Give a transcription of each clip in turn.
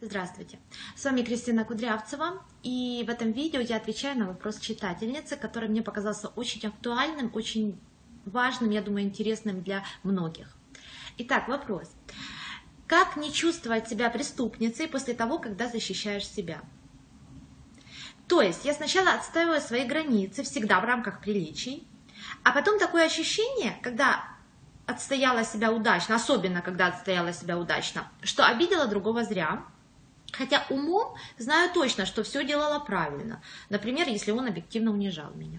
Здравствуйте, с вами Кристина Кудрявцева, и в этом видео я отвечаю на вопрос читательницы, который мне показался очень актуальным, очень важным, я думаю, интересным для многих. Итак, вопрос. Как не чувствовать себя преступницей после того, когда защищаешь себя? То есть я сначала отстаиваю свои границы, всегда в рамках приличий, а потом такое ощущение, когда отстояла себя удачно, особенно когда отстояла себя удачно, что обидела другого зря, хотя умом знаю точно, что все делала правильно. Например, если он объективно унижал меня.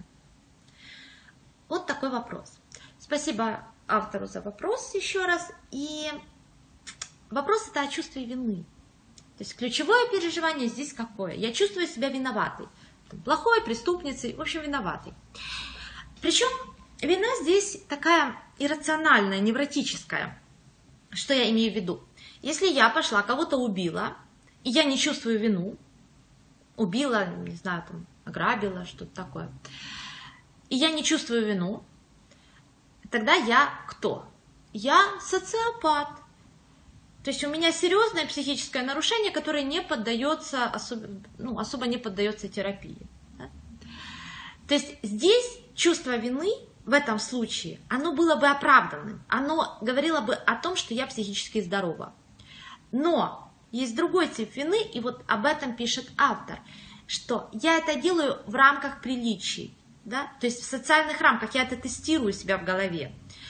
Вот такой вопрос. Спасибо автору за вопрос еще раз. И вопрос это о чувстве вины. То есть ключевое переживание здесь какое? Я чувствую себя виноватой. Плохой, преступницей, в общем, виноватой. Причем вина здесь такая иррациональная, невротическая. Что я имею в виду? Если я пошла, кого-то убила, и я не чувствую вину, убила, не знаю, там, ограбила, что-то такое, и я не чувствую вину, тогда я кто? Я социопат. То есть у меня серьезное психическое нарушение, которое не поддается, особо не поддается терапии. Да? То есть здесь чувство вины в этом случае, оно было бы оправданным, оно говорило бы о том, что я психически здорова. Но есть другой тип вины, и вот об этом пишет автор, что я это делаю в рамках приличий, да? То есть в социальных рамках, я это тестирую себя в голове.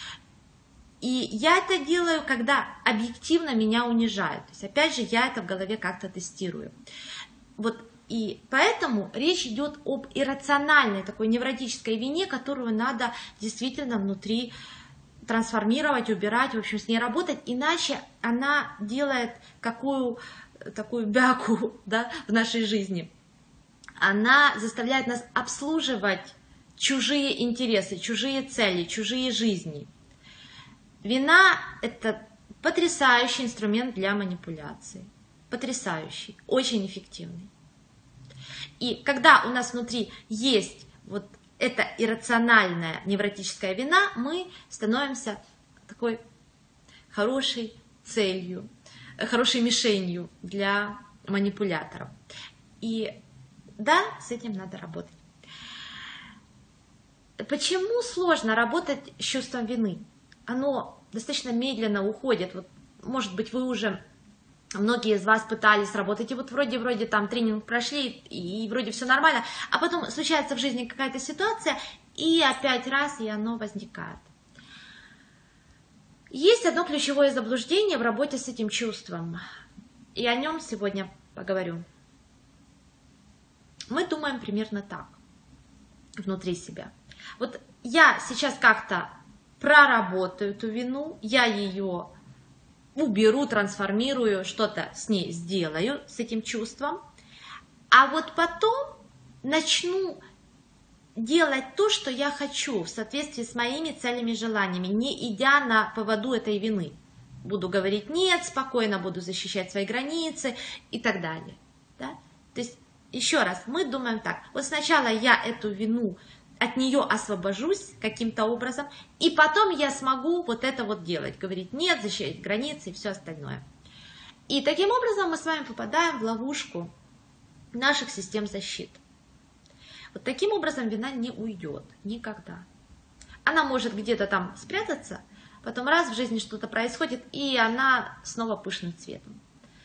И я это делаю, когда объективно меня унижают. То есть опять же, я это в голове как-то тестирую. Вот. И поэтому речь идет об иррациональной такой невротической вине, которую надо действительно внутри трансформировать, убирать, в общем, с ней работать, иначе она делает какую такую бяку, да, в нашей жизни. Она заставляет нас обслуживать чужие интересы, чужие цели, чужие жизни. Вина – это потрясающий инструмент для манипуляции. Потрясающий, очень эффективный. И когда у нас внутри есть вот эта иррациональная невротическая вина, мы становимся такой хорошей целью, хорошей мишенью для манипуляторов. И да, с этим надо работать. Почему сложно работать с чувством вины? Оно достаточно медленно уходит. Вот, может быть, вы уже, многие из вас пытались работать, и вот вроде там тренинг прошли, и вроде все нормально, а потом случается в жизни какая-то ситуация, и опять раз, и оно возникает. Есть одно ключевое заблуждение в работе с этим чувством, и о нем сегодня поговорю. Мы думаем примерно так, внутри себя. Вот я сейчас как-то проработаю эту вину, я ее уберу, трансформирую, что-то с ней сделаю, с этим чувством, а вот потом начну делать то, что я хочу, в соответствии с моими целями и желаниями, не идя на поводу этой вины. Буду говорить нет, спокойно буду защищать свои границы и так далее. Да? То есть, еще раз, мы думаем так, вот сначала я эту вину, от нее освобожусь каким-то образом, и потом я смогу вот это вот делать, говорить нет, защищать границы и все остальное. И таким образом мы с вами попадаем в ловушку наших систем защиты. Вот таким образом вина не уйдет никогда. Она может где-то там спрятаться, потом раз в жизни что-то происходит, и она снова пышным цветом.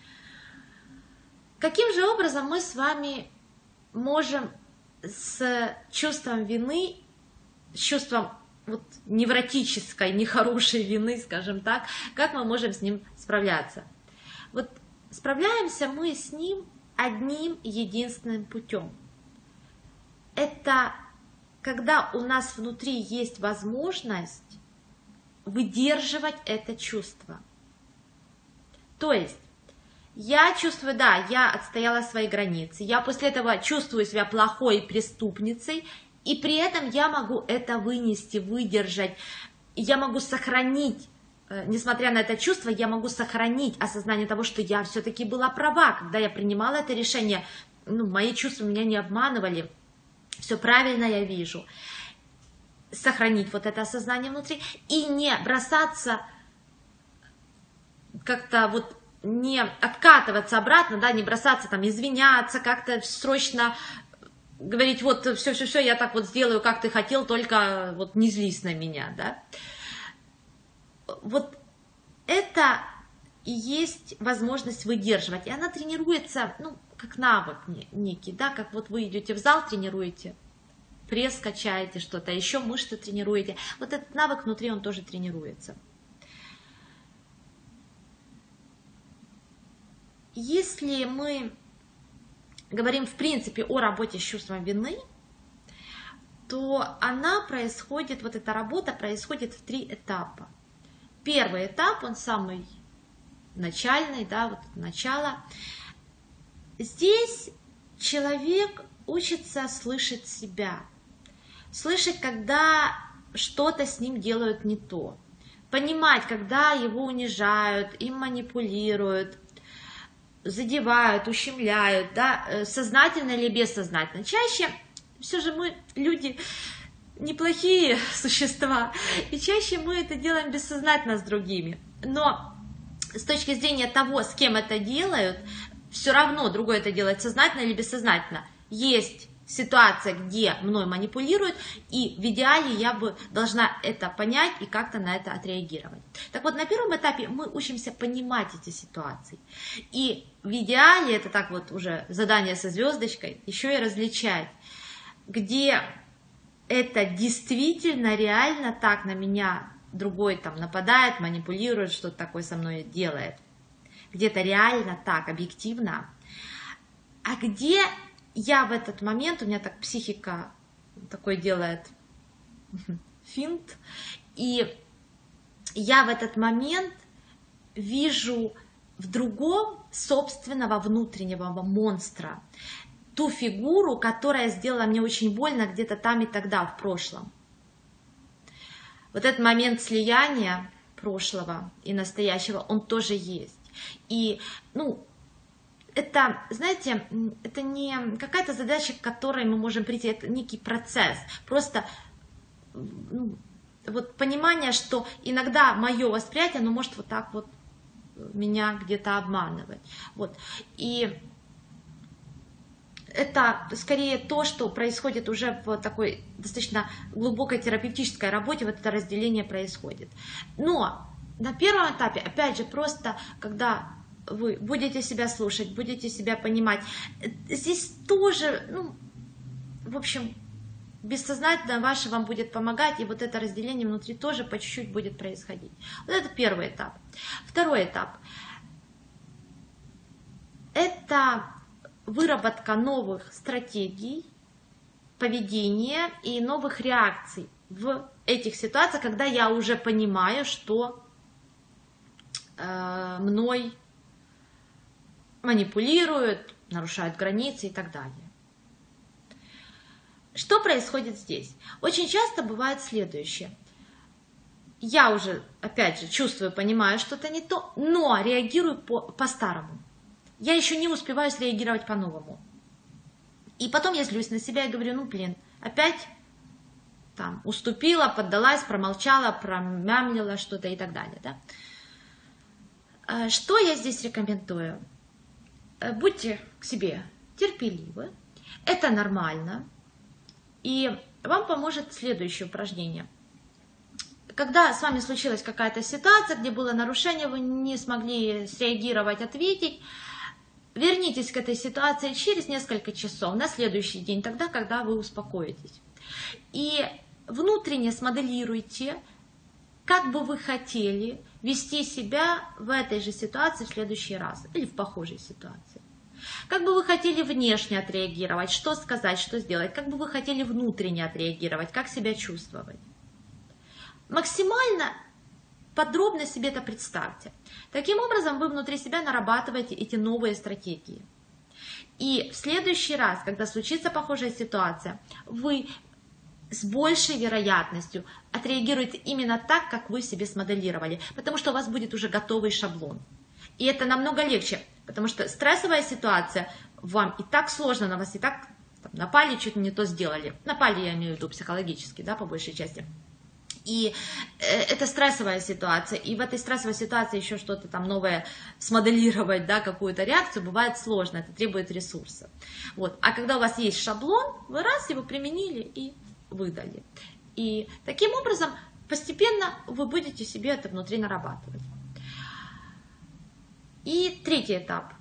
Каким же образом мы с вами можем с чувством вины, с чувством вот невротической, нехорошей вины, скажем так, как мы можем с ним справляться? Вот справляемся мы с ним одним единственным путем. Это когда у нас внутри есть возможность выдерживать это чувство. То есть, я чувствую, да, я отстояла свои границы, я после этого чувствую себя плохой преступницей, и при этом я могу это вынести, выдержать, я могу сохранить, несмотря на это чувство, я могу сохранить осознание того, что я все-таки была права, когда я принимала это решение, мои чувства меня не обманывали, все правильно я вижу. Сохранить вот это осознание внутри и не бросаться как-то вот не откатываться обратно, да, не бросаться там, извиняться, как-то срочно говорить, вот все, я так вот сделаю, как ты хотел, только вот не злись на меня, да. Вот это и есть возможность выдерживать, и она тренируется, ну, как навык некий, да, как вот вы идете в зал, тренируете, пресс качаете что-то, еще мышцы тренируете, вот этот навык внутри, он тоже тренируется. Если мы говорим, в принципе, о работе с чувством вины, то она происходит, вот эта работа происходит в 3 этапа. Первый этап, он самый начальный, да, вот начало. Здесь человек учится слышать себя, слышать, когда что-то с ним делают не то, понимать, когда его унижают, им манипулируют, задевают, ущемляют, да, сознательно или бессознательно. Чаще все же мы люди неплохие существа, и чаще мы это делаем бессознательно с другими. Но с точки зрения того, с кем это делают, все равно другой это делает сознательно или бессознательно. Есть ситуация, где мной манипулируют, и в идеале я бы должна это понять и как-то на это отреагировать. Так вот, на первом этапе мы учимся понимать эти ситуации. И в идеале, это так вот уже задание со звездочкой, еще и различать, где это действительно, реально так на меня другой там нападает, манипулирует, что-то такое со мной делает. Где-то реально так, объективно. А где я в этот момент, у меня так психика такой делает финт, и я в этот момент вижу в другом собственного внутреннего монстра, ту фигуру, которая сделала мне очень больно где-то там и тогда, в прошлом. Вот этот момент слияния прошлого и настоящего, он тоже есть. И, ну, это, знаете, это не какая-то задача, к которой мы можем прийти, это некий процесс. Просто вот понимание, что иногда мое восприятие, оно может вот так вот меня где-то обманывать. Вот. И это скорее то, что происходит уже в такой достаточно глубокой терапевтической работе, вот это разделение происходит. Но на первом этапе, опять же, просто когда вы будете себя слушать, будете себя понимать, здесь тоже, ну, в общем, бессознательно ваше вам будет помогать, и вот это разделение внутри тоже по чуть-чуть будет происходить. Вот это первый этап. Второй этап – это выработка новых стратегий, поведения и новых реакций в этих ситуациях, когда я уже понимаю, что мной манипулируют, нарушают границы и так далее. Что происходит здесь? Очень часто бывает следующее. Я уже, опять же, чувствую, понимаю, что-то не то, но реагирую по-старому. Я еще не успеваю среагировать по-новому. И потом я злюсь на себя и говорю, ну, блин, опять там уступила, поддалась, промолчала, промямлила что-то и так далее. Да? Что я здесь рекомендую? Будьте к себе терпеливы, это нормально, и вам поможет следующее упражнение. Когда с вами случилась какая-то ситуация, где было нарушение, вы не смогли среагировать, ответить, вернитесь к этой ситуации через несколько часов, на следующий день, тогда, когда вы успокоитесь. И внутренне смоделируйте, как бы вы хотели вести себя в этой же ситуации в следующий раз или в похожей ситуации. Как бы вы хотели внешне отреагировать, что сказать, что сделать, как бы вы хотели внутренне отреагировать, как себя чувствовать. Максимально подробно себе это представьте. Таким образом, вы внутри себя нарабатываете эти новые стратегии. И в следующий раз, когда случится похожая ситуация, вы с большей вероятностью отреагируете именно так, как вы себе смоделировали, потому что у вас будет уже готовый шаблон. И это намного легче, потому что стрессовая ситуация, вам и так сложно, на вас и так напали, чуть не то сделали. Напали, я имею в виду психологически, да, по большей части. И это стрессовая ситуация, и в этой стрессовой ситуации еще что-то там новое смоделировать, да, какую-то реакцию, бывает сложно, это требует ресурса. Вот. А когда у вас есть шаблон, вы раз его применили и выдали. И таким образом постепенно вы будете себе это внутри нарабатывать. И третий этап.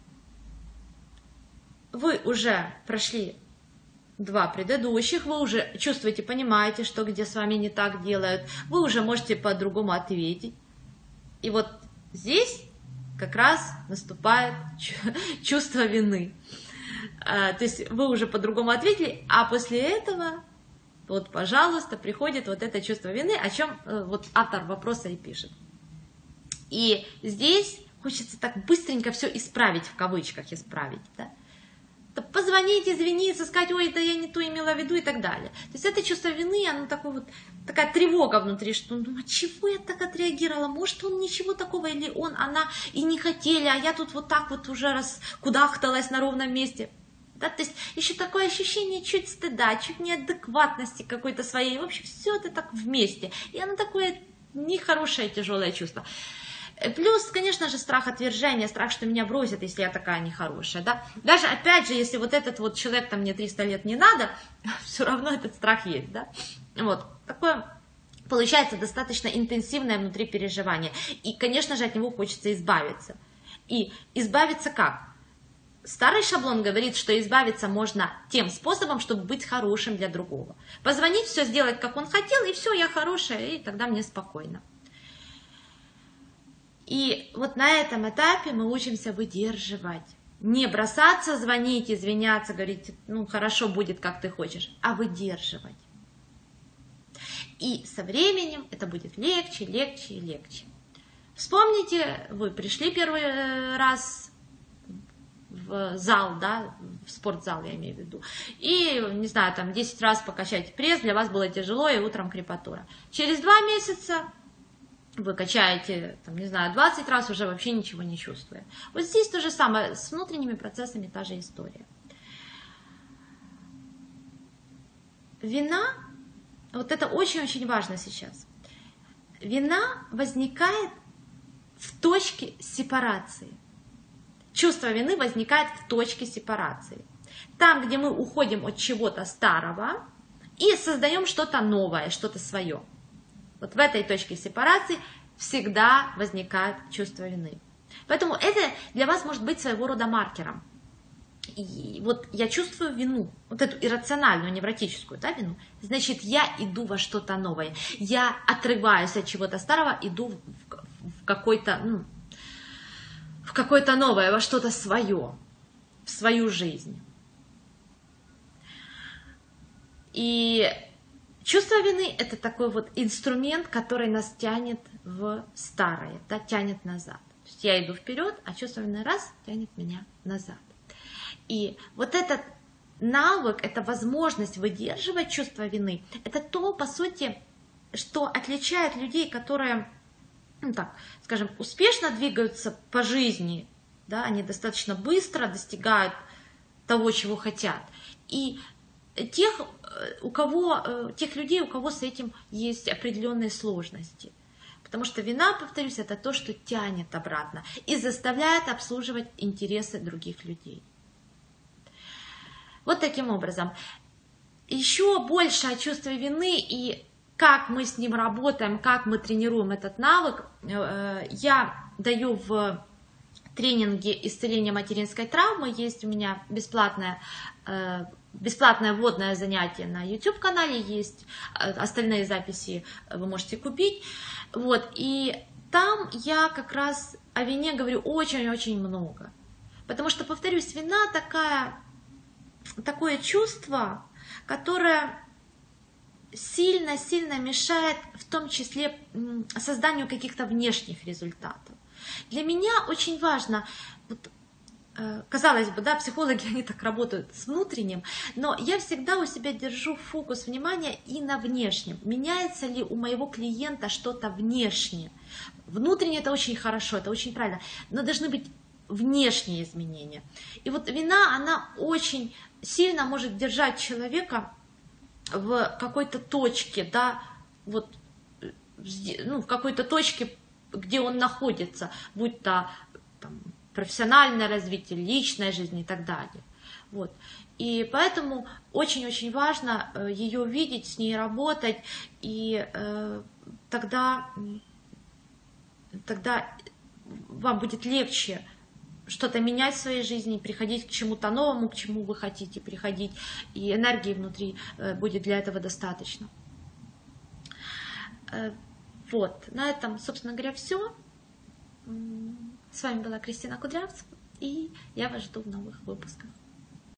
Вы уже прошли 2 предыдущих, вы уже чувствуете, понимаете, что где с вами не так делают, вы уже можете по-другому ответить. И вот здесь как раз наступает чувство вины. То есть вы уже по-другому ответили, а после этого, вот, пожалуйста, приходит вот это чувство вины, о чем вот автор вопроса и пишет. И здесь хочется так быстренько все исправить, в кавычках исправить, да? Позвонить, извиниться, сказать, ой, да я не то имела в виду и так далее. То есть это чувство вины, оно такое вот, такая тревога внутри, что ну, а чего я так отреагировала? Может, он ничего такого, или он, она и не хотели, а я тут вот так вот уже раскудахталась на ровном месте. Да, то есть еще такое ощущение чуть стыда, чуть неадекватности какой-то своей. В общем, все это так вместе. И оно такое нехорошее, тяжелое чувство. Плюс, конечно же, страх отвержения, страх, что меня бросят, если я такая нехорошая. Да? Даже, опять же, если вот этот вот человек, там, мне 300 лет не надо, все равно этот страх есть. Да? Вот. Такое получается достаточно интенсивное внутри переживание. И, конечно же, от него хочется избавиться. И избавиться как? Старый шаблон говорит, что избавиться можно тем способом, чтобы быть хорошим для другого. Позвонить, все сделать, как он хотел, и все, я хорошая, и тогда мне спокойно. И вот на этом этапе мы учимся выдерживать. Не бросаться, звонить, извиняться, говорить, ну хорошо будет, как ты хочешь, а выдерживать. И со временем это будет легче, легче и легче. Вспомните, вы пришли первый раз в зал, да, в спортзал я имею в виду, и, не знаю, там 10 раз покачать пресс, для вас было тяжело, и утром крепатура. Через 2 месяца вы качаете, там, не знаю, 20 раз, уже вообще ничего не чувствуя. Вот здесь то же самое, с внутренними процессами та же история. Вина, вот это очень-очень важно сейчас. Вина возникает в точке сепарации. Чувство вины возникает в точке сепарации. Там, где мы уходим от чего-то старого и создаем что-то новое, что-то свое. Вот в этой точке сепарации всегда возникает чувство вины. Поэтому это для вас может быть своего рода маркером. И вот я чувствую вину, вот эту иррациональную, невротическую, да, вину. Значит, я иду во что-то новое. Я отрываюсь от чего-то старого, иду в какое-то новое, во что-то свое, в свою жизнь. И чувство вины – это такой вот инструмент, который нас тянет в старое, да, тянет назад. То есть я иду вперед, а чувство вины раз тянет меня назад. И вот этот навык, эта возможность выдерживать чувство вины, это то, по сути, что отличает людей, которые, ну так, скажем, успешно двигаются по жизни, да, они достаточно быстро достигают того, чего хотят. И тех людей, у кого с этим есть определенные сложности. Потому что вина, повторюсь, это то, что тянет обратно и заставляет обслуживать интересы других людей. Вот таким образом. Еще больше о чувстве вины и как мы с ним работаем, как мы тренируем этот навык, я даю в тренинге исцеления материнской травмы. Есть у меня бесплатное вводное занятие на YouTube-канале, есть остальные записи вы можете купить. Вот, и там я как раз о вине говорю очень-очень много. Потому что, повторюсь, вина такое чувство, которое сильно-сильно мешает в том числе созданию каких-то внешних результатов. Для меня очень важно, вот, казалось бы, да, психологи, они так работают с внутренним, но я всегда у себя держу фокус внимания и на внешнем. Меняется ли у моего клиента что-то внешнее? Внутреннее – это очень хорошо, это очень правильно, но должны быть внешние изменения. И вот вина, она очень сильно может держать человека в какой-то точке, да, вот ну, в какой-то точке, где он находится, будь то там, профессиональное развитие, личная жизнь и так далее. Вот. И поэтому очень-очень важно ее видеть, с ней работать, и тогда вам будет легче что-то менять в своей жизни, приходить к чему-то новому, к чему вы хотите приходить, и энергии внутри будет для этого достаточно. Вот, на этом, собственно говоря, все. С вами была Кристина Кудрявцева, и я вас жду в новых выпусках.